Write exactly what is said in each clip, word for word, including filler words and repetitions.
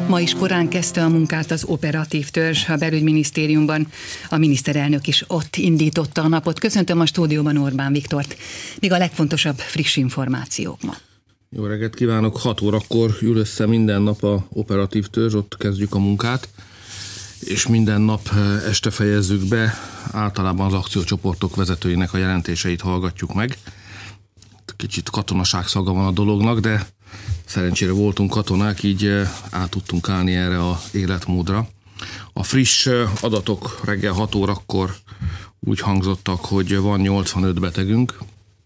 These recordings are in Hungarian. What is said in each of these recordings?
Ma is korán kezdte a munkát az operatív törzs a belügyminisztériumban. A miniszterelnök is ott indította a napot. Köszöntöm a stúdióban Orbán Viktort. Még a legfontosabb friss információk ma. Jó reggelt kívánok! hat órakor ül össze minden nap a operatív törzs, ott kezdjük a munkát, és minden nap este fejezzük be. Általában az akciócsoportok vezetőinek a jelentéseit hallgatjuk meg. Kicsit katonaság szaga van a dolognak, de szerencsére voltunk katonák, így át tudtunk állni erre az életmódra. A friss adatok reggel hat órakor úgy hangzottak, hogy van nyolcvanöt betegünk,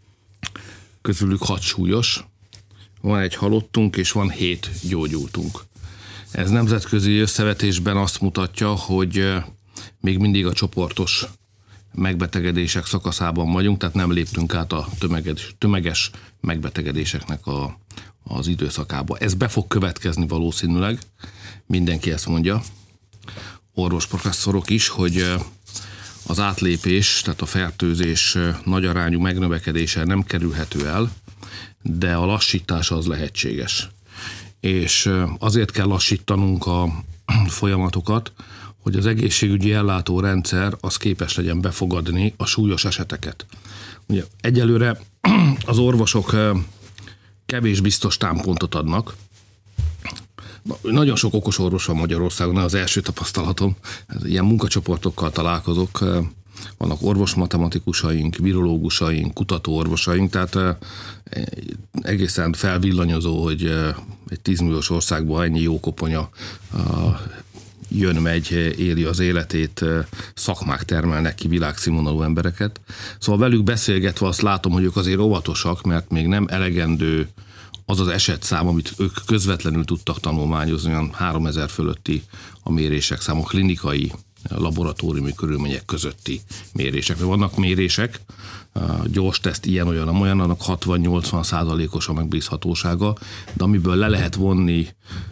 közülük hat súlyos, van egy halottunk, és van hét gyógyultunk. Ez nemzetközi összevetésben azt mutatja, hogy még mindig a csoportos megbetegedések szakaszában vagyunk, tehát nem léptünk át a tömeges, tömeges megbetegedéseknek a, az időszakába. Ez be fog következni valószínűleg, mindenki ezt mondja, orvos professzorok is, hogy az átlépés, tehát a fertőzés nagy arányú megnövekedése nem kerülhető el, de a lassítás az lehetséges. És azért kell lassítanunk a folyamatokat, hogy az egészségügyi ellátórendszer az képes legyen befogadni a súlyos eseteket. Ugye egyelőre az orvosok kevés biztos támpontot adnak. Nagyon sok okos orvos van Magyarországon, az első tapasztalatom. Ilyen munkacsoportokkal találkozok. Vannak orvosmatematikusaink, virológusaink, kutatóorvosaink, tehát egészen felvillanyozó, hogy egy tízmilliós országban ennyi jó koponya jön, megy, éli az életét, szakmák termelnek ki világszínvonalú embereket. Szóval velük beszélgetve azt látom, hogy ők azért óvatosak, mert még nem elegendő az az esetszám, amit ők közvetlenül tudtak tanulmányozni, olyan háromezer fölötti a mérések száma, klinikai, laboratóriumi körülmények közötti mérések. Vannak mérések, gyors teszt, ilyen, olyan, amolyan, annak hatvan-nyolcvan százalékos a megbízhatósága, de amiből le lehet vonni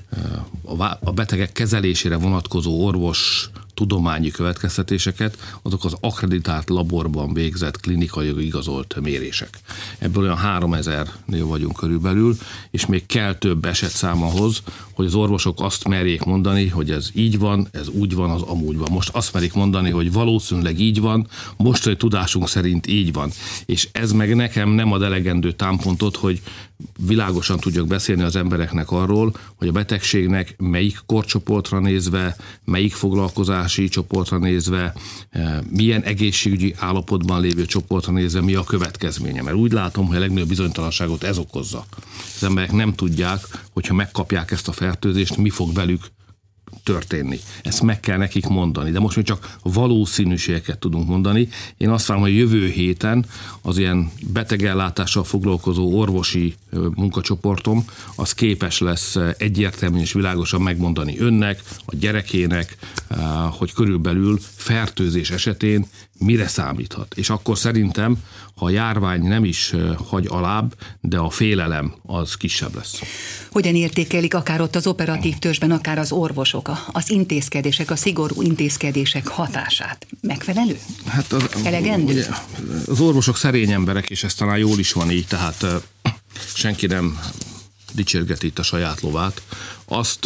a betegek kezelésére vonatkozó orvos tudományi következtetéseket, azok az akkreditált laborban végzett klinikai igazolt mérések. Ebből olyan háromezernél vagyunk körülbelül, és még kell több esetszám ahhoz, hogy az orvosok azt merjék mondani, hogy ez így van, ez úgy van, az amúgy van. Most azt merik mondani, hogy valószínűleg így van, mostani tudásunk szerint így van. És ez meg nekem nem ad elegendő támpontot, hogy világosan tudjak beszélni az embereknek arról, hogy a betegségnek melyik korcsoportra nézve, melyik foglalkozási csoportra nézve, milyen egészségügyi állapotban lévő csoportra nézve mi a következménye. Mert úgy látom, hogy a legnagyobb bizonytalanságot ez okozza. Az emberek nem tudják, hogyha megkapják ezt a fertőzést, mi fog velük történni. Ezt meg kell nekik mondani, de most még csak valószínűségeket tudunk mondani. Én azt várom, hogy jövő héten az ilyen betegellátással foglalkozó orvosi munkacsoportom az képes lesz egyértelműen és világosan megmondani önnek, a gyerekének, hogy körülbelül fertőzés esetén mire számíthat. És akkor szerintem, ha a járvány nem is hagy alább, de a félelem az kisebb lesz. Hogyan értékelik akár ott az operatív törzsben, akár az orvosok az intézkedések, a szigorú intézkedések hatását? Megfelelő? Hát az, elegendő? Ugye, az orvosok szerény emberek, és ez talán jól is van így, tehát senki nem dicsérgeti itt a saját lovát. Azt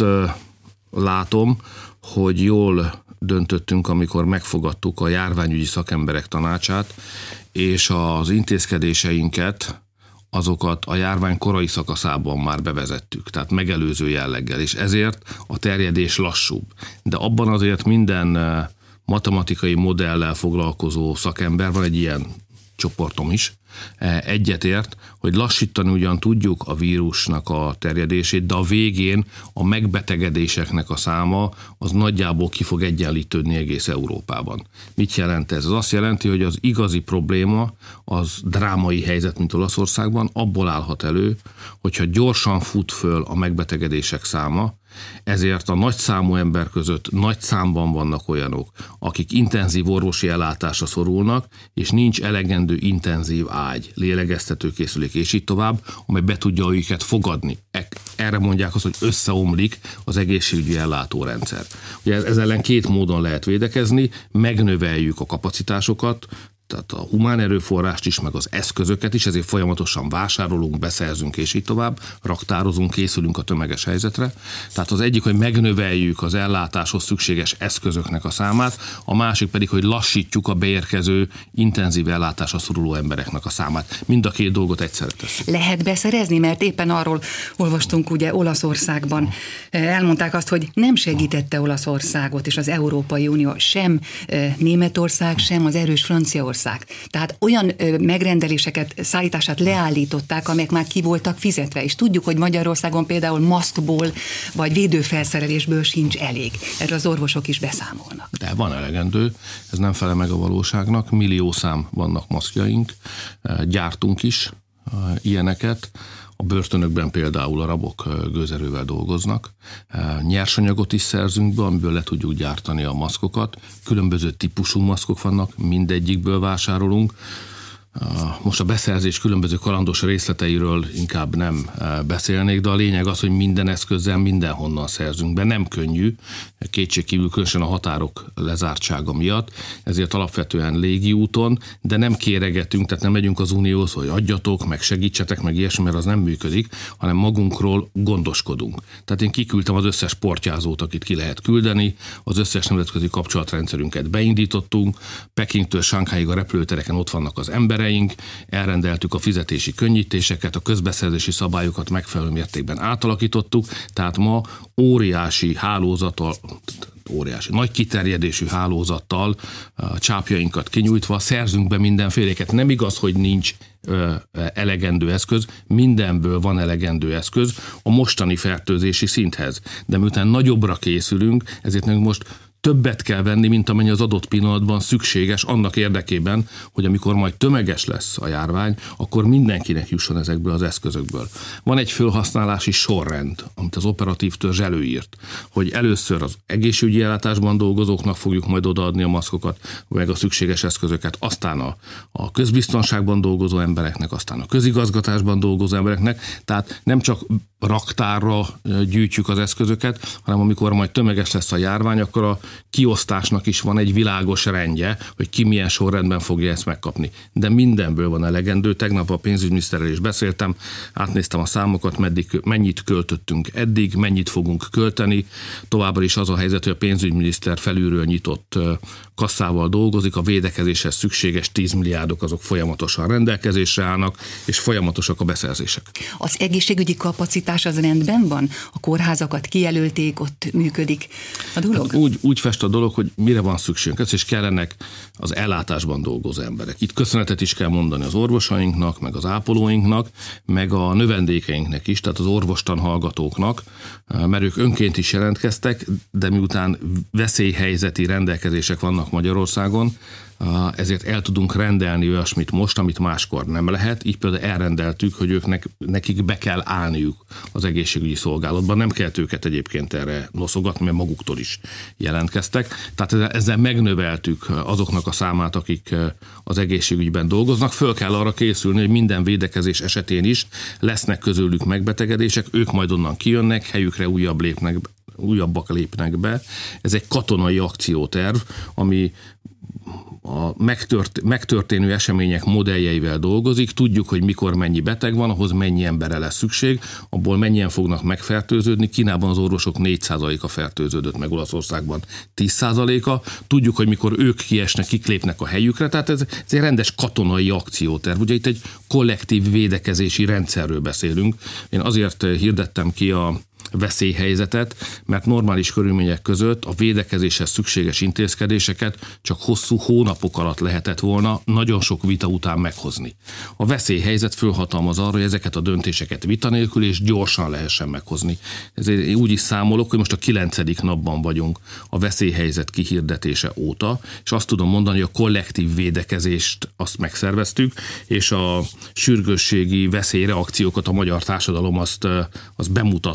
látom, hogy jól döntöttünk, amikor megfogadtuk a járványügyi szakemberek tanácsát, és az intézkedéseinket, azokat a járvány korai szakaszában már bevezettük, tehát megelőző jelleggel, és ezért a terjedés lassúbb. De abban azért minden matematikai modellel foglalkozó szakember, van egy ilyen csoportom is, egyetért, hogy lassítani ugyan tudjuk a vírusnak a terjedését, de a végén a megbetegedéseknek a száma az nagyjából ki fog egyenlítődni egész Európában. Mit jelent ez? Ez azt jelenti, hogy az igazi probléma az drámai helyzet, mint Olaszországban, abból állhat elő, hogyha gyorsan fut föl a megbetegedések száma, ezért a nagy számú ember között nagy számban vannak olyanok, akik intenzív orvosi ellátásra szorulnak, és nincs elegendő intenzív ágy, lélegeztetőkészülék és így tovább, amely be tudja őket fogadni. Erre mondják azt, hogy összeomlik az egészségügyi ellátórendszer. Ugye ez ellen két módon lehet védekezni, megnöveljük a kapacitásokat, tehát a humán erőforrást is, meg az eszközöket is, ezért folyamatosan vásárolunk, beszerzünk és így tovább, raktározunk, készülünk a tömeges helyzetre. Tehát az egyik, hogy megnöveljük az ellátáshoz szükséges eszközöknek a számát, a másik pedig, hogy lassítjuk a beérkező intenzív ellátásra szoruló embereknek a számát. Mind a két dolgot egyszerre tesszük. Lehet beszerezni, mert éppen arról olvastunk ugye Olaszországban. Elmondták azt, hogy nem segítette Olaszországot és az Európai Unió, sem Németország, sem az erős Franciaország. Tehát olyan megrendeléseket, szállítását leállították, amelyek már ki voltak fizetve, és tudjuk, hogy Magyarországon például maszkból vagy védőfelszerelésből sincs elég. Erről az orvosok is beszámolnak. De van elegendő, ez nem felel meg a valóságnak, milliószám vannak maszkjaink, gyártunk is ilyeneket. A börtönökben például a rabok gőzerővel dolgoznak. Nyersanyagot is szerzünk be, amiből le tudjuk gyártani a maszkokat. Különböző típusú maszkok vannak, mindegyikből vásárolunk. Most a beszerzés különböző kalandos részleteiről inkább nem beszélnék, de a lényeg az, hogy minden eszközzel mindenhonnan szerzünk be. Nem könnyű, kétségkívül különösen a határok lezártsága miatt, ezért alapvetően légiúton, de nem kéregetünk, tehát nem megyünk az Unióhoz, hogy adjatok, meg segítsetek, meg ilyesmi, mert az nem működik, hanem magunkról gondoskodunk. Tehát én kiküldtem az összes portyázót, akit ki lehet küldeni, az összes nemzetközi kapcsolatrendszerünket beindítottunk, Pekingtől Shanghaiig a repülőtereken ott vannak az emberek, elrendeltük a fizetési könnyítéseket, a közbeszerzési szabályokat megfelelő mértékben átalakítottuk, tehát ma óriási hálózattal, óriási, nagy kiterjedésű hálózattal csápjainkat kinyújtva szerzünk be mindenféléket. Nem igaz, hogy nincs elegendő eszköz, mindenből van elegendő eszköz a mostani fertőzési szinthez. De miután nagyobbra készülünk, ezért meg most többet kell venni, mint amennyi az adott pillanatban szükséges annak érdekében, hogy amikor majd tömeges lesz a járvány, akkor mindenkinek jusson ezekből az eszközökből. Van egy felhasználási sorrend, amit az operatív törzs előírt, hogy először az egészségügyi ellátásban dolgozóknak fogjuk majd odaadni a maszkokat, meg a szükséges eszközöket, aztán a, a közbiztonságban dolgozó embereknek, aztán a közigazgatásban dolgozó embereknek, tehát nem csak raktárra gyűjtjük az eszközöket, hanem amikor majd tömeges lesz a járvány, akkor a kiosztásnak is van egy világos rendje, hogy ki milyen sorrendben fogja ezt megkapni. De mindenből van elegendő. Tegnap a pénzügyminiszterrel is beszéltem, átnéztem a számokat, meddig, mennyit költöttünk eddig, mennyit fogunk költeni. Továbbra is az a helyzet, hogy a pénzügyminiszter felülről nyitott kasszával dolgozik, a védekezéshez szükséges tíz milliárdok azok folyamatosan rendelkezésre állnak, és folyamatosak a beszerzések. Az egészségügyi kapacitás az rendben van? A kórházakat kijelölték, ott működik a dolog? Hát úgy, úgy fest a dolog, hogy mire van szükségünk, ez is kellenek az ellátásban dolgozó emberek. Itt köszönetet is kell mondani az orvosainknak, meg az ápolóinknak, meg a növendékeinknek is, tehát az orvostan hallgatóknak, mert ők önként is jelentkeztek, de miután veszélyhelyzeti rendelkezések vannak Magyarországon, ezért el tudunk rendelni olyasmit most, amit máskor nem lehet. Így például elrendeltük, hogy őknek, nekik be kell állniuk az egészségügyi szolgálatban. Nem kell őket egyébként erre noszogatni, mert maguktól is jelentkeztek. Tehát ezzel megnöveltük azoknak a számát, akik az egészségügyben dolgoznak. Föl kell arra készülni, hogy minden védekezés esetén is lesznek közülük megbetegedések, ők majd onnan kijönnek, helyükre újabb lépnek, újabbak lépnek be. Ez egy katonai akcióterv, ami a megtört, megtörténő események modelljeivel dolgozik, tudjuk, hogy mikor mennyi beteg van, ahhoz mennyi emberre lesz szükség, abból mennyien fognak megfertőződni. Kínában az orvosok négy százaléka fertőződött, meg Olaszországban tíz százaléka. Tudjuk, hogy mikor ők kiesnek, kiklépnek a helyükre, tehát ez, ez egy rendes katonai akcióterv. Ugye itt egy kollektív védekezési rendszerről beszélünk. Én azért hirdettem ki a veszélyhelyzetet, mert normális körülmények között a védekezéshez szükséges intézkedéseket csak hosszú hónapok alatt lehetett volna nagyon sok vita után meghozni. A veszélyhelyzet fölhatalmaz arra, hogy ezeket a döntéseket vita nélkül és gyorsan lehessen meghozni. Ezért én úgy is számolok, hogy most a kilencedik napban vagyunk a veszélyhelyzet kihirdetése óta, és azt tudom mondani, hogy a kollektív védekezést azt megszerveztük, és a sürgősségi veszélyreakciókat a magyar társadalom azt, azt bemutatta, az le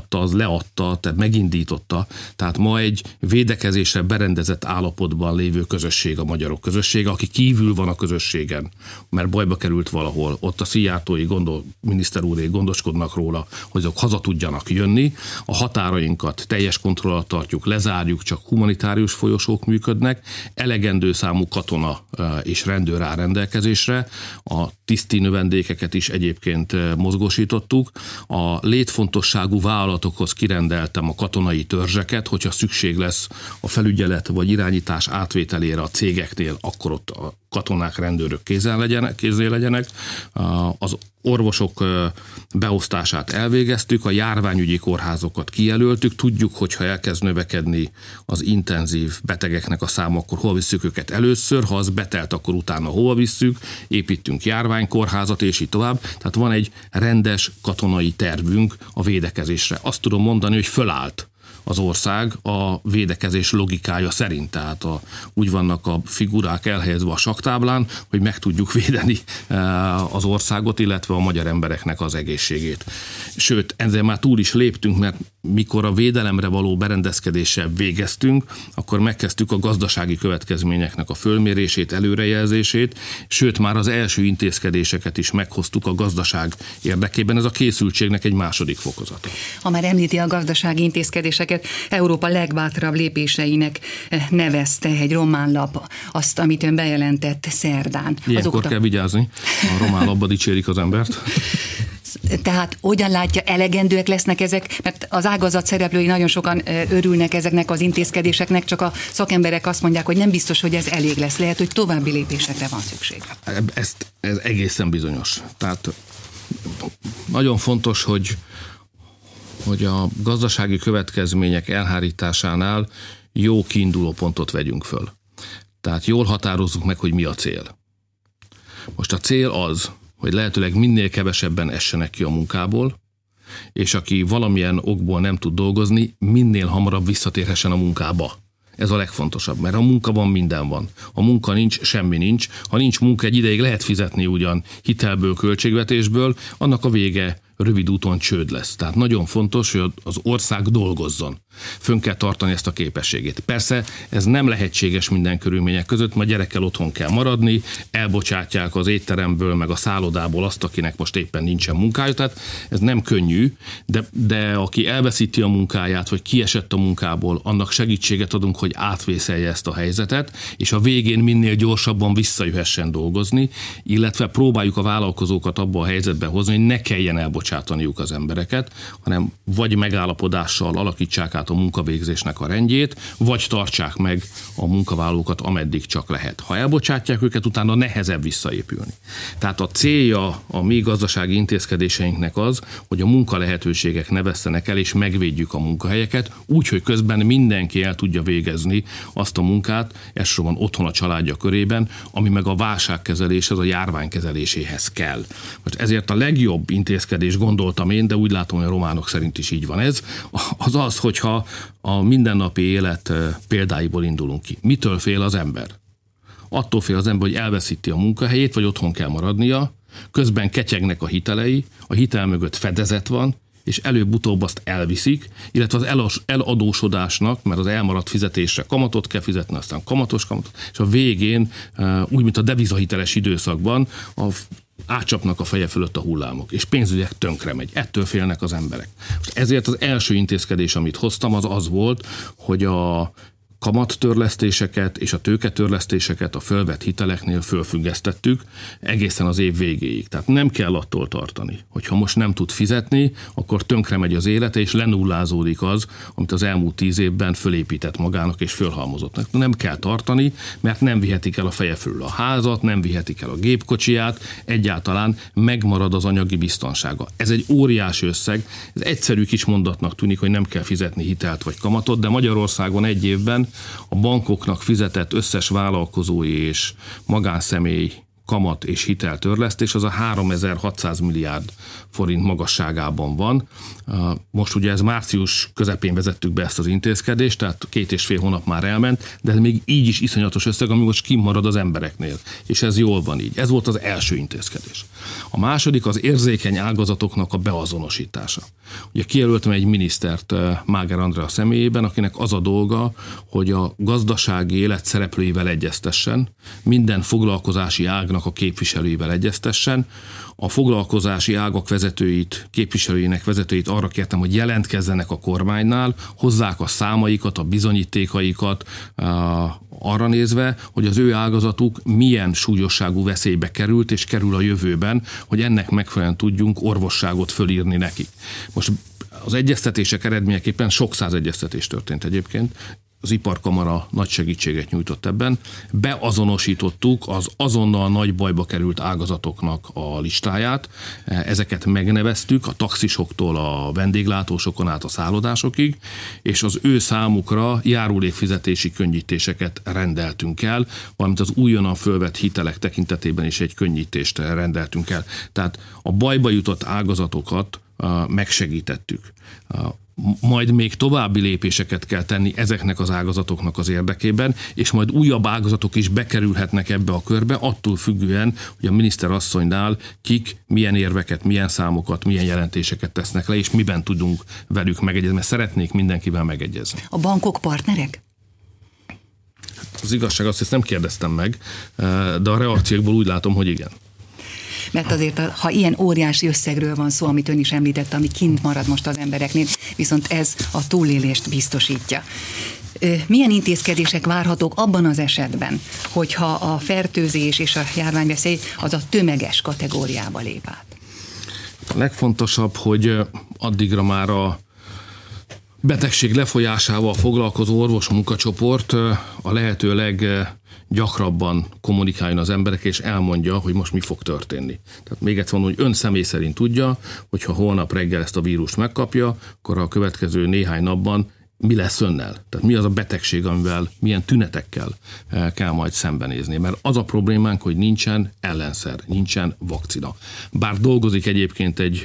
beadta, tehát megindította. Tehát ma egy védekezésre berendezett állapotban lévő közösség a magyarok közössége, aki kívül van a közösségen, mert bajba került valahol. Ott a Szijjártói gondol, miniszter úrék gondoskodnak róla, hogy azok haza tudjanak jönni. A határainkat teljes kontroll alatt tartjuk, lezárjuk, csak humanitárius folyosók működnek, elegendő számú katona és rendőr áll rendelkezésre, a tiszti növendékeket is egyébként mozgósítottuk. A létfontosságú vállalatokhoz kirendeltem a katonai törzseket, hogyha szükség lesz a felügyelet vagy irányítás átvételére a cégeknél, akkor ott a katonák, rendőrök kézzel legyenek, kézzel legyenek. Az orvosok beosztását elvégeztük, a járványügyi kórházokat kijelöltük, tudjuk, hogyha elkezd növekedni az intenzív betegeknek a száma, akkor hol visszük őket először, ha az betelt, akkor utána hol visszük, építünk járványkórházat, és így tovább. Tehát van egy rendes katonai tervünk a védekezésre. Azt tudom mondani, hogy fölállt az ország a védekezés logikája szerint. Tehát a, úgy vannak a figurák elhelyezve a sakktáblán, hogy meg tudjuk védeni az országot, illetve a magyar embereknek az egészségét. Sőt, ezzel már túl is léptünk, mert mikor a védelemre való berendezkedéssel végeztünk, akkor megkezdtük a gazdasági következményeknek a fölmérését, előrejelzését, sőt már az első intézkedéseket is meghoztuk a gazdaság érdekében. Ez a készültségnek egy második fokozata. Ha már említi a gazdasági intézkedéseket, Európa legbátrabb lépéseinek nevezte egy román lap azt, amit ön bejelentett szerdán. Ilyenkor Azokta... kell vigyázni, a román lapba dicsérik az embert. Tehát hogyan látja, elegendőek lesznek ezek, mert az ágazat szereplői nagyon sokan örülnek ezeknek az intézkedéseknek, csak a szakemberek azt mondják, hogy nem biztos, hogy ez elég lesz, lehet, hogy további lépésekre van szükség. Ezt, ez egészen bizonyos. Tehát nagyon fontos, hogy, hogy a gazdasági következmények elhárításánál jó kiinduló pontot vegyünk föl. Tehát jól határozzuk meg, hogy mi a cél. Most a cél az, hogy lehetőleg minél kevesebben essenek ki a munkából, és aki valamilyen okból nem tud dolgozni, minél hamarabb visszatérhessen a munkába. Ez a legfontosabb, mert a munka van, minden van. Ha munka nincs, semmi nincs. Ha nincs munka, egy ideig lehet fizetni ugyan hitelből, költségvetésből, annak a vége rövid úton csőd lesz. Tehát nagyon fontos, hogy az ország dolgozzon. Fönn kell tartani ezt a képességét. Persze ez nem lehetséges minden körülmények között, mert gyerekkel otthon kell maradni, elbocsátják az étteremből, meg a szállodából azt, akinek most éppen nincsen munkája. Tehát ez nem könnyű, de, de aki elveszíti a munkáját, vagy kiesett a munkából, annak segítséget adunk, hogy átvészelje ezt a helyzetet, és a végén minél gyorsabban visszajöhessen dolgozni, illetve próbáljuk a vállalkozókat abba a helyzetbe hozni, hogy ne kelljen elbocsátaniuk az embereket, hanem vagy megállapodással alakítsák át a munkavégzésnek a rendjét, vagy tartsák meg a munkavállalókat, ameddig csak lehet. Ha elbocsátják őket, utána nehezebb visszaépülni. Tehát a célja a mi gazdasági intézkedéseinknek az, hogy a munkalehetőségek ne vesztenek el, és megvédjük a munkahelyeket, úgy, hogy közben mindenki el tudja végezni azt a munkát, elsősorban otthon a családja körében, ami meg a válságkezeléshez, a járvány kezeléséhez kell. Most ezért a legjobb intézkedés, gondoltam én, de úgy látom, hogy a románok szerint is így van ez, az az, hogyha a mindennapi élet példáiból indulunk ki. Mitől fél az ember? Attól fél az ember, hogy elveszíti a munkahelyét, vagy otthon kell maradnia, közben ketyegnek a hitelei, a hitel mögött fedezet van, és előbb-utóbb azt elviszik, illetve az eladósodásnak, mert az elmaradt fizetésre kamatot kell fizetni, aztán kamatos kamatot, és a végén, úgy, mint a devizahiteles időszakban, a átcsapnak a feje fölött a hullámok, és pénzügyek tönkre megy. Ettől félnek az emberek. Most ezért az első intézkedés, amit hoztam, az az volt, hogy a kamattörlesztéseket és a tőketörlesztéseket a fölvett hiteleknél fölfüggesztettük egészen az év végéig. Tehát nem kell attól tartani, hogyha most nem tud fizetni, akkor tönkre megy az élete, és lenullázódik az, amit az elmúlt tíz évben fölépített magának és fölhalmozott. Nem kell tartani, mert nem vihetik el a feje fölül a házat, nem vihetik el a gépkocsiját, egyáltalán megmarad az anyagi biztonsága. Ez egy óriási összeg, ez egyszerű kis mondatnak tűnik, hogy nem kell fizetni hitelt vagy kamatot, de Magyarországon egy évben a bankoknak fizetett összes vállalkozói és magánszemély kamat és hiteltörlesztés az a háromezer-hatszáz milliárd forint magasságában van. Most ugye ez március közepén vezettük be ezt az intézkedést, tehát két és fél hónap már elment, de ez még így is iszonyatos összeg, ami most kimarad az embereknél. És ez jól van így. Ez volt az első intézkedés. A második az érzékeny ágazatoknak a beazonosítása. Ugye kijelöltem egy minisztert Máger Andrea személyében, akinek az a dolga, hogy a gazdasági élet szereplőivel egyeztessen, minden foglalkozási ágnak a képviselőivel egyeztessen. A foglalkozási ágak vezetőit, képviselőinek vezetőit arra kértem, hogy jelentkezzenek a kormánynál, hozzák a számaikat, a bizonyítékaikat arra nézve, hogy az ő ágazatuk milyen súlyosságú veszélybe került és kerül a jövőben, hogy ennek megfelelően tudjunk orvosságot fölírni nekik. Most az egyeztetések eredményeképpen sok száz egyeztetés történt egyébként. Az Iparkamara nagy segítséget nyújtott ebben. Beazonosítottuk az azonnal nagy bajba került ágazatoknak a listáját. Ezeket megneveztük a taxisoktól a vendéglátósokon át a szállodásokig, és az ő számukra járulékfizetési könnyítéseket rendeltünk el, valamint az újonnan fölvett hitelek tekintetében is egy könnyítést rendeltünk el. Tehát a bajba jutott ágazatokat megsegítettük. Majd még további lépéseket kell tenni ezeknek az ágazatoknak az érdekében, és majd újabb ágazatok is bekerülhetnek ebbe a körbe, attól függően, hogy a miniszter asszonynál kik milyen érveket, milyen számokat, milyen jelentéseket tesznek le, és miben tudunk velük megegyezni, mert szeretnék mindenkivel megegyezni. A bankok partnerek? Az igazság azt, ezt nem kérdeztem meg, de a reakciókból úgy látom, hogy igen. Mert azért, ha ilyen óriási összegről van szó, amit ön is említette, ami kint marad most az embereknél, viszont ez a túlélést biztosítja. Milyen intézkedések várhatók abban az esetben, hogyha a fertőzés és a járványveszély az a tömeges kategóriába lép át? A legfontosabb, hogy addigra már a betegség lefolyásával foglalkozó orvos munkacsoport a lehető leggyakrabban kommunikáljon az emberek, és elmondja, hogy most mi fog történni. Tehát még egyszer mondom, hogy ön személy szerint tudja, hogy ha holnap reggel ezt a vírust megkapja, akkor a következő néhány napban mi lesz önnel? Tehát mi az a betegség, amivel, milyen tünetekkel kell majd szembenézni. Mert az a problémánk, hogy nincsen ellenszer, nincsen vakcina. Bár dolgozik egyébként egy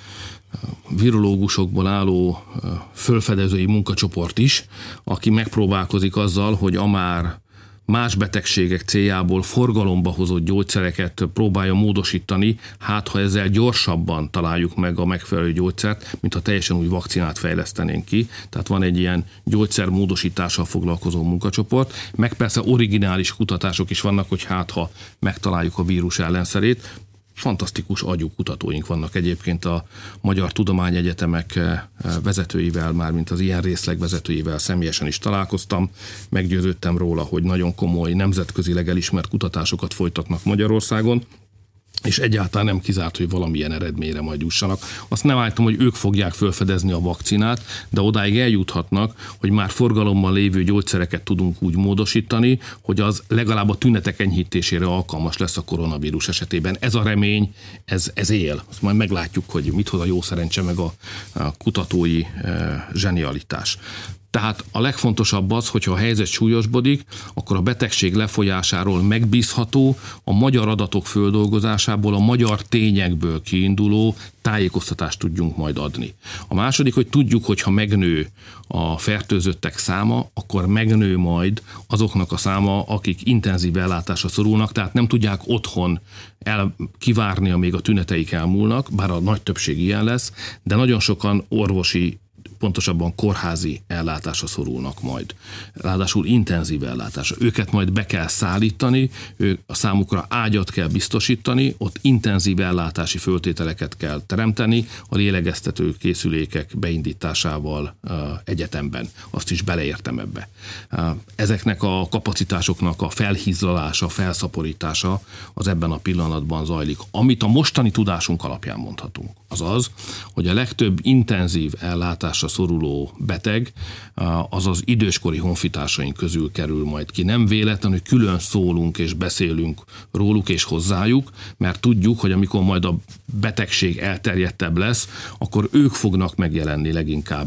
virológusokból álló fölfedezői munkacsoport is, aki megpróbálkozik azzal, hogy a már más betegségek céljából forgalomba hozott gyógyszereket próbálja módosítani, hát ha ezzel gyorsabban találjuk meg a megfelelő gyógyszert, mint ha teljesen új vakcinát fejlesztenénk ki. Tehát van egy ilyen gyógyszermódosítással foglalkozó munkacsoport, meg persze originális kutatások is vannak, hogy hát ha megtaláljuk a vírus ellenszerét. Fantasztikus agyú kutatóink vannak egyébként a Magyar Tudományegyetemek vezetőivel, mármint az ilyen részleg vezetőivel személyesen is találkoztam. Meggyőződtem róla, hogy nagyon komoly, nemzetközileg elismert kutatásokat folytatnak Magyarországon, és egyáltalán nem kizárt, hogy valamilyen eredményre majd jussanak. Azt nem állítom, hogy ők fogják felfedezni a vakcinát, de odáig eljuthatnak, hogy már forgalomban lévő gyógyszereket tudunk úgy módosítani, hogy az legalább a tünetek enyhítésére alkalmas lesz a koronavírus esetében. Ez a remény, ez, ez él. Azt majd meglátjuk, hogy mit hoz a jó szerencse meg a, a kutatói e, zsenialitás. Tehát a legfontosabb az, hogyha a helyzet súlyosbodik, akkor a betegség lefolyásáról megbízható, a magyar adatok földolgozásából, a magyar tényekből kiinduló tájékoztatást tudjunk majd adni. A második, hogy tudjuk, hogy ha megnő a fertőzöttek száma, akkor megnő majd azoknak a száma, akik intenzív ellátásra szorulnak, tehát nem tudják otthon el, kivárni, amíg a tüneteik elmúlnak, bár a nagy többség ilyen lesz, de nagyon sokan orvosi, pontosabban kórházi ellátásra szorulnak majd. Ráadásul intenzív ellátásra. Őket majd be kell szállítani, ők, a számukra ágyat kell biztosítani, ott intenzív ellátási föltételeket kell teremteni, a lélegeztető készülékek beindításával uh, egyetemben. Azt is beleértem ebbe. Uh, ezeknek a kapacitásoknak a felhízlalása, felszaporítása az ebben a pillanatban zajlik. Amit a mostani tudásunk alapján mondhatunk, az az, hogy a legtöbb intenzív ellátásra szoruló beteg az az időskori honfitársaink közül kerül majd ki. Nem véletlen, hogy külön szólunk és beszélünk róluk és hozzájuk, mert tudjuk, hogy amikor majd a betegség elterjedtebb lesz, akkor ők fognak megjelenni leginkább,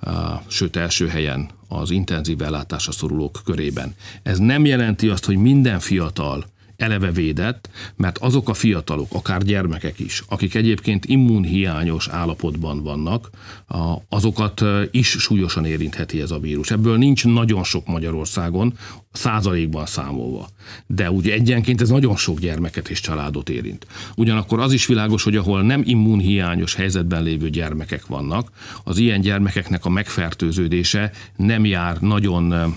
sőt első helyen az intenzív ellátásra szorulók körében. Ez nem jelenti azt, hogy minden fiatal eleve védett, mert azok a fiatalok, akár gyermekek is, akik egyébként immunhiányos állapotban vannak, azokat is súlyosan érintheti ez a vírus. Ebből nincs nagyon sok Magyarországon, százalékban számolva. De ugye egyenként ez nagyon sok gyermeket és családot érint. Ugyanakkor az is világos, hogy ahol nem immunhiányos helyzetben lévő gyermekek vannak, az ilyen gyermekeknek a megfertőződése nem jár nagyon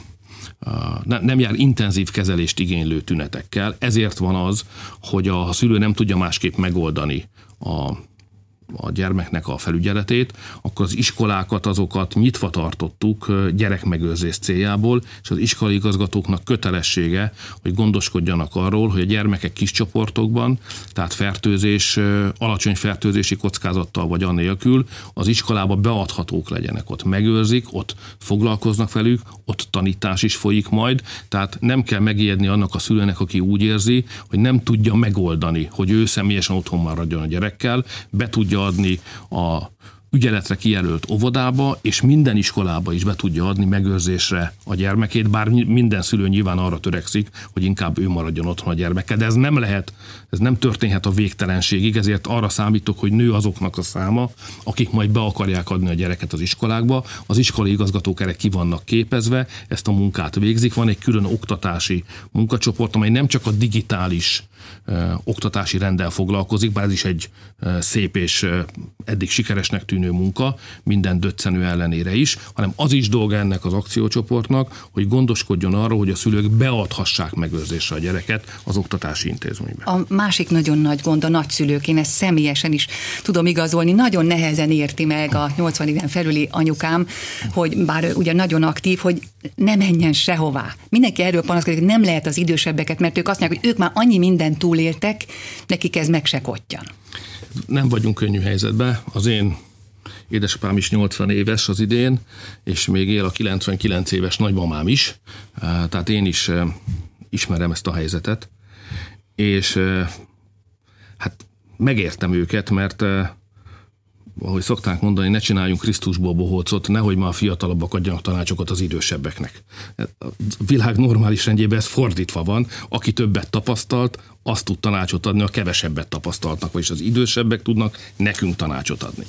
nem jár intenzív kezelést igénylő tünetekkel, ezért van az, hogy a szülő nem tudja másképp megoldani a a gyermeknek a felügyeletét, akkor az iskolákat, azokat nyitva tartottuk gyerekmegőrzés céljából, és az iskolai igazgatóknak kötelessége, hogy gondoskodjanak arról, hogy a gyermekek kis csoportokban, tehát fertőzés, alacsony fertőzési kockázattal vagy annélkül az iskolába beadhatók legyenek. Ott megőrzik, ott foglalkoznak velük, ott tanítás is folyik majd, tehát nem kell megijedni annak a szülőnek, aki úgy érzi, hogy nem tudja megoldani, hogy ő személyesen otthon maradjon a gyerekkel, be tudja adni a ügyeletre kijelölt óvodába, és minden iskolába is be tudja adni megőrzésre a gyermekét, bár minden szülő nyilván arra törekszik, hogy inkább ő maradjon otthon a gyermekkel, de ez nem lehet, ez nem történhet a végtelenségig, ezért arra számítok, hogy nő azoknak a száma, akik majd be akarják adni a gyereket az iskolákba. Az iskolai igazgatók erre ki vannak képezve, ezt a munkát végzik. Van egy külön oktatási munkacsoport, amely nem csak a digitális ö, oktatási renddel foglalkozik, bár ez is egy ö, szép és ö, eddig sikeresnek tűnő munka, minden döccenő ellenére is, hanem az is dolga ennek az akciócsoportnak, hogy gondoskodjon arról, hogy a szülők beadhassák megőrzésre a gyereket az oktatási intézménybe. A másik nagyon nagy gond a nagyszülők, én ezt személyesen is tudom igazolni, nagyon nehezen érti meg a nyolcvan éven felüli anyukám, hogy bár ugye nagyon aktív, hogy ne menjen sehová. Mindenki erről panaszkodik, hogy nem lehet az idősebbeket, mert ők azt mondják, hogy ők már annyi mindent túléltek, nekik ez meg se kottyan. Nem vagyunk könnyű helyzetben. Az én édesapám is nyolcvan éves az idén, és még él a kilencvenkilenc éves nagymamám is, tehát én is ismerem ezt a helyzetet, és hát megértem őket, mert ahogy szokták mondani, ne csináljunk Krisztusból bohócot, nehogy már a fiatalabbak adjanak tanácsokat az idősebbeknek. A világ normális rendjében ez fordítva van, aki többet tapasztalt, azt tud tanácsot adni, a kevesebbet tapasztaltnak, vagyis az idősebbek tudnak nekünk tanácsot adni.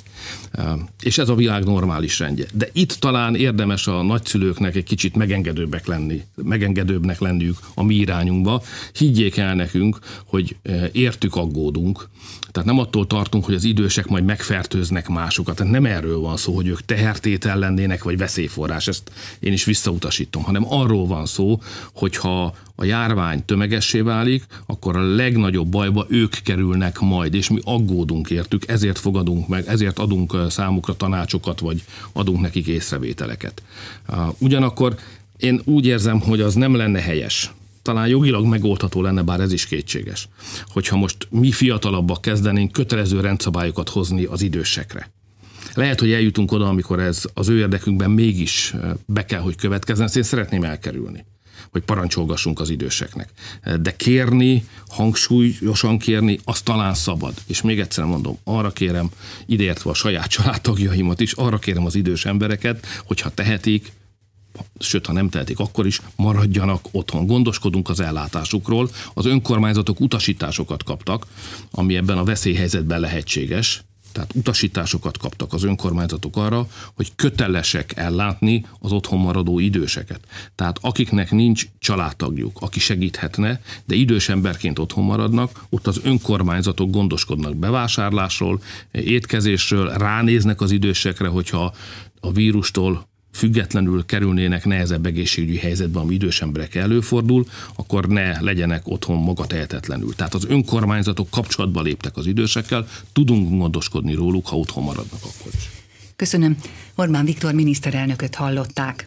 És ez a világ normális rendje. De itt talán érdemes a nagyszülőknek egy kicsit megengedőbbek lenni, megengedőbbnek lenniük a mi irányunkba. Higgyék el nekünk, hogy értük, aggódunk. Tehát nem attól tartunk, hogy az idősek majd megfertőznek másokat. Tehát nem erről van szó, hogy ők tehertétel lennének, vagy veszélyforrás. Ezt én is visszautasítom, hanem arról van szó, hogyha a járvány tömegessé válik, akkor a legnagyobb bajba ők kerülnek majd, és mi aggódunk értük, ezért fogadunk meg, ezért adunk számukra tanácsokat, vagy adunk nekik észrevételeket. Ugyanakkor én úgy érzem, hogy az nem lenne helyes, talán jogilag megoldható lenne, bár ez is kétséges, hogyha most mi fiatalabbak kezdenénk kötelező rendszabályokat hozni az idősekre. Lehet, hogy eljutunk oda, amikor ez az ő érdekünkben mégis be kell, hogy következzen, ezt én szeretném elkerülni, hogy parancsolgassunk az időseknek. De kérni, hangsúlyosan kérni, az talán szabad. És még egyszer mondom, arra kérem, ideértve a saját családtagjaimat is, arra kérem az idős embereket, hogyha tehetik, sőt, ha nem tehetik, akkor is maradjanak otthon. Gondoskodunk az ellátásukról. Az önkormányzatok utasításokat kaptak, ami ebben a veszélyhelyzetben lehetséges. Tehát utasításokat kaptak az önkormányzatok arra, hogy kötelesek ellátni az otthon maradó időseket. Tehát akiknek nincs családtagjuk, aki segíthetne, de idős emberként otthon maradnak, ott az önkormányzatok gondoskodnak bevásárlásról, étkezésről, ránéznek az idősekre, hogyha a vírustól függetlenül kerülnének nehezebb egészségügyi helyzetben, ami idős emberek előfordul, akkor ne legyenek otthon magatehetetlenül. Tehát az önkormányzatok kapcsolatba léptek az idősekkel, tudunk gondoskodni róluk, ha otthon maradnak akkor is. Köszönöm. Orbán Viktor miniszterelnököt hallották.